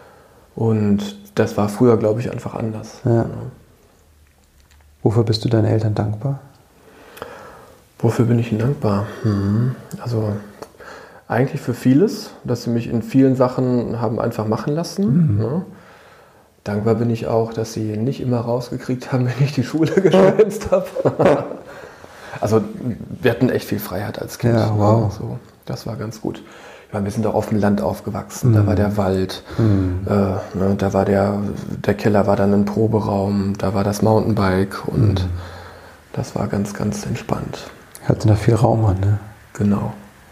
Und das war früher, glaube ich, einfach anders. Ja. Ja. Wofür bist du deinen Eltern dankbar? Wofür bin ich ihnen dankbar? Hm. Also eigentlich für vieles, dass sie mich in vielen Sachen haben einfach machen lassen. Mhm. Ne? Dankbar bin ich auch, dass sie nicht immer rausgekriegt haben, wenn ich die Schule geschwänzt habe. Also wir hatten echt viel Freiheit als Kind. Ja, wow. So, das war ganz gut. Ich meine, wir sind auch auf dem Land aufgewachsen, mhm. da war der Wald, mhm. äh, ne, da war der, der Keller war dann ein Proberaum, da war das Mountainbike und mhm. das war ganz, ganz entspannt. Wir hatten da viel Raum an, ne? Genau.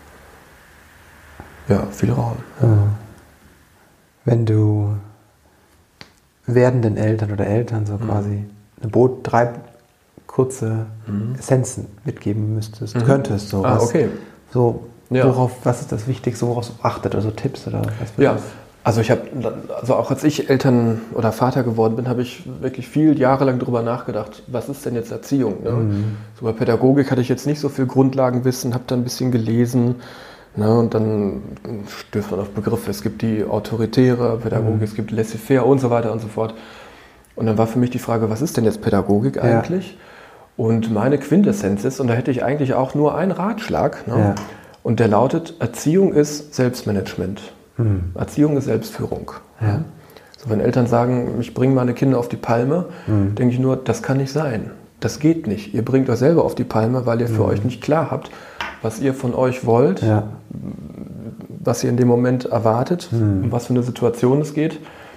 Ja, viel Raum. Ja. Ja. Wenn du werdenden Eltern oder Eltern so mhm. quasi eine Boot, drei kurze mhm. Essenzen mitgeben müsstest, mhm. könntest, so ah, was, okay. so ja. worauf, was ist das Wichtigste, worauf du achtet, also Tipps oder was? Ja, das? Also ich habe, also auch als ich Eltern oder Vater geworden bin, habe ich wirklich viel jahrelang darüber nachgedacht, was ist denn jetzt Erziehung? Ne? Mhm. So bei Pädagogik hatte ich jetzt nicht so viel Grundlagenwissen, habe da ein bisschen gelesen. Ne, und dann stößt man auf Begriffe, es gibt die autoritäre Pädagogik, mhm. es gibt laissez-faire und so weiter und so fort. Und dann war für mich die Frage, was ist denn jetzt Pädagogik eigentlich? Ja. Und meine Quintessenz ist, und da hätte ich eigentlich auch nur einen Ratschlag, ne? Ja. Und der lautet, Erziehung ist Selbstmanagement. Mhm. Erziehung ist Selbstführung. Ja. So, wenn Eltern sagen, ich bringe meine Kinder auf die Palme, mhm. denke ich nur, das kann nicht sein. Das geht nicht. Ihr bringt euch selber auf die Palme, weil ihr für mhm. euch nicht klar habt, was ihr von euch wollt, ja. was ihr in dem Moment erwartet, mhm. um was für eine Situation es geht.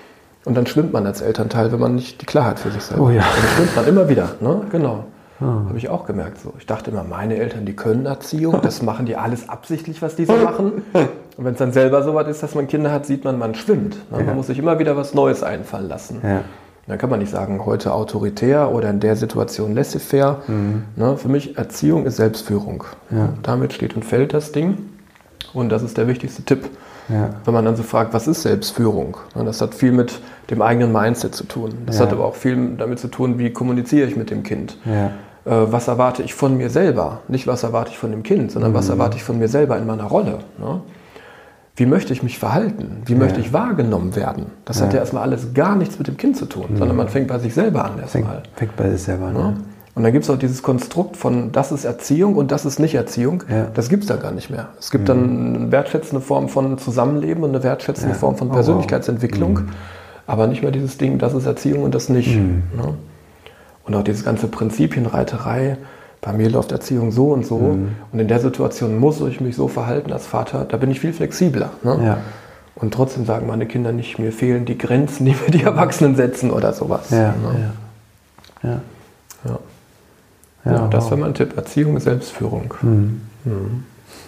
Und dann schwimmt man als Elternteil, wenn man nicht die Klarheit für sich selber Oh ja. hat. Dann schwimmt man immer wieder, ne? Genau. Hm. Habe ich auch gemerkt so. Ich dachte immer, meine Eltern, die können Erziehung, das machen die alles absichtlich, was die so machen. Und wenn es dann selber so was ist, dass man Kinder hat, sieht man, man schwimmt. Ne? Man Ja. muss sich immer wieder was Neues einfallen lassen. Ja. Dann kann man nicht sagen, heute autoritär oder in der Situation laissez-faire. Mhm. Ne? Für mich, Erziehung ist Selbstführung. Ja. Damit steht und fällt das Ding. Und das ist der wichtigste Tipp. Ja. Wenn man dann so fragt, was ist Selbstführung? Das hat viel mit dem eigenen Mindset zu tun. Das Ja. hat aber auch viel damit zu tun, wie kommuniziere ich mit dem Kind. Ja. Äh, was erwarte ich von mir selber? Nicht, was erwarte ich von dem Kind, sondern mhm. was erwarte ich von mir selber in meiner Rolle. Ne? Wie möchte ich mich verhalten? Wie ja. möchte ich wahrgenommen werden? Das ja. hat ja erstmal alles gar nichts mit dem Kind zu tun, mhm. sondern man fängt bei sich selber an erstmal. Fängt, fängt bei sich selber an. Ja? Und dann gibt es auch dieses Konstrukt von, das ist Erziehung und das ist nicht Erziehung. Ja. Das gibt es da gar nicht mehr. Es gibt mhm. dann eine wertschätzende Form von Zusammenleben und eine wertschätzende ja. Form von Persönlichkeitsentwicklung. Oh, wow. mhm. Aber nicht mehr dieses Ding, das ist Erziehung und das nicht. Mhm. Ne? Und auch dieses ganze Prinzipienreiterei, bei mir läuft Erziehung so und so. Mhm. Und in der Situation muss ich mich so verhalten als Vater, da bin ich viel flexibler. Ne? Ja. Und trotzdem sagen meine Kinder nicht, mir fehlen die Grenzen, die mir die Erwachsenen setzen oder sowas. Ja, ne? ja. ja. ja. Ja, ja, das wow. wäre mein Tipp. Erziehung ist Selbstführung. Mhm. Mhm.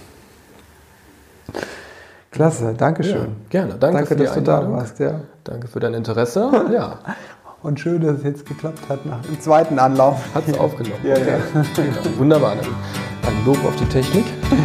Klasse, danke schön. Ja, gerne. Danke, danke für die dass Einladung. du da warst. Ja. Danke für dein Interesse. Ja. Und schön, dass es jetzt geklappt hat nach dem zweiten Anlauf. Hat es aufgenommen. Ja, ja. Genau. Wunderbar. Dann ein Lob auf die Technik.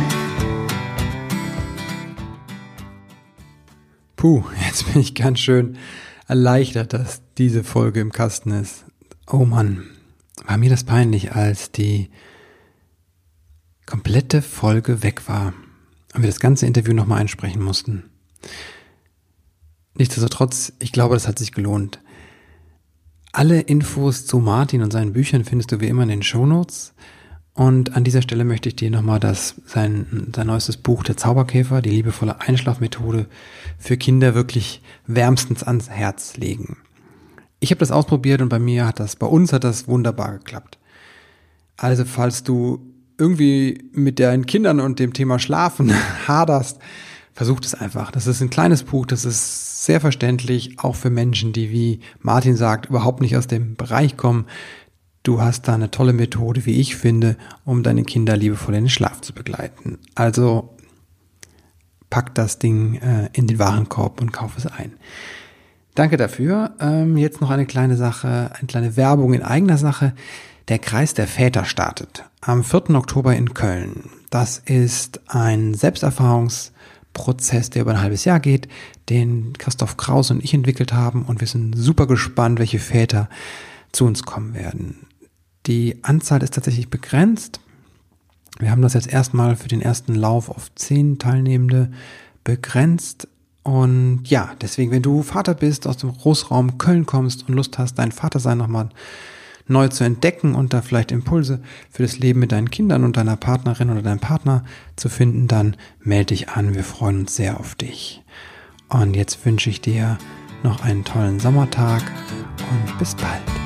Puh, jetzt bin ich ganz schön erleichtert, dass diese Folge im Kasten ist. Oh Mann. War mir das peinlich, als die komplette Folge weg war und wir das ganze Interview nochmal einsprechen mussten. Nichtsdestotrotz, ich glaube, das hat sich gelohnt. Alle Infos zu Martin und seinen Büchern findest du wie immer in den Shownotes. Und an dieser Stelle möchte ich dir nochmal das, sein, sein neuestes Buch, Der Zauberkäfer, die liebevolle Einschlafmethode für Kinder, wirklich wärmstens ans Herz legen. Ich habe das ausprobiert und bei mir hat das, bei uns hat das wunderbar geklappt. Also falls du irgendwie mit deinen Kindern und dem Thema Schlafen haderst, versuch das einfach. Das ist ein kleines Buch, das ist sehr verständlich, auch für Menschen, die, wie Martin sagt, überhaupt nicht aus dem Bereich kommen. Du hast da eine tolle Methode, wie ich finde, um deine Kinder liebevoll in den Schlaf zu begleiten. Also pack das Ding äh, in den Warenkorb und kauf es ein. Danke dafür. Ähm, jetzt noch eine kleine Sache, eine kleine Werbung in eigener Sache. Der Kreis der Väter startet am vierten Oktober in Köln. Das ist ein Selbsterfahrungsprozess, der über ein halbes Jahr geht, den Christoph Kraus und ich entwickelt haben, und wir sind super gespannt, welche Väter zu uns kommen werden. Die Anzahl ist tatsächlich begrenzt. Wir haben das jetzt erstmal für den ersten Lauf auf zehn Teilnehmende begrenzt. Und ja, deswegen, wenn du Vater bist, aus dem Großraum Köln kommst und Lust hast, dein Vatersein nochmal neu zu entdecken und da vielleicht Impulse für das Leben mit deinen Kindern und deiner Partnerin oder deinem Partner zu finden, dann melde dich an. Wir freuen uns sehr auf dich. Und jetzt wünsche ich dir noch einen tollen Sommertag und bis bald.